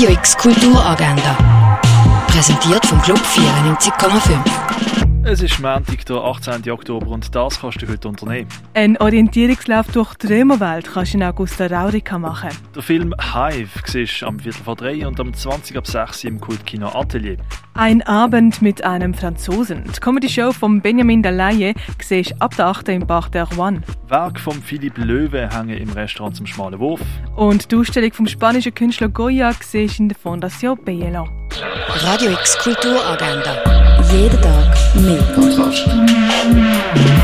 Radio X Kulturagenda. Präsentiert vom Club 94,5. Es ist Montag, der 18. Oktober, und das kannst du heute unternehmen. Ein Orientierungslauf durch die Römerwelt kannst du in Augusta Raurica machen. Der Film Hive siehst du am 3:15 und am 6 im Kultkino Atelier. Ein Abend mit einem Franzosen. Die Comedy-Show von Benjamin Delaye siehst du ab der 8. im Bar der Juan. Werk von Philipp Löwe hängen im Restaurant zum Schmalen Wurf. Und die Ausstellung vom spanischen Künstler Goya siehst du in der Fondation Bielo. Radio X Kulturagenda. Jeden Tag mehr.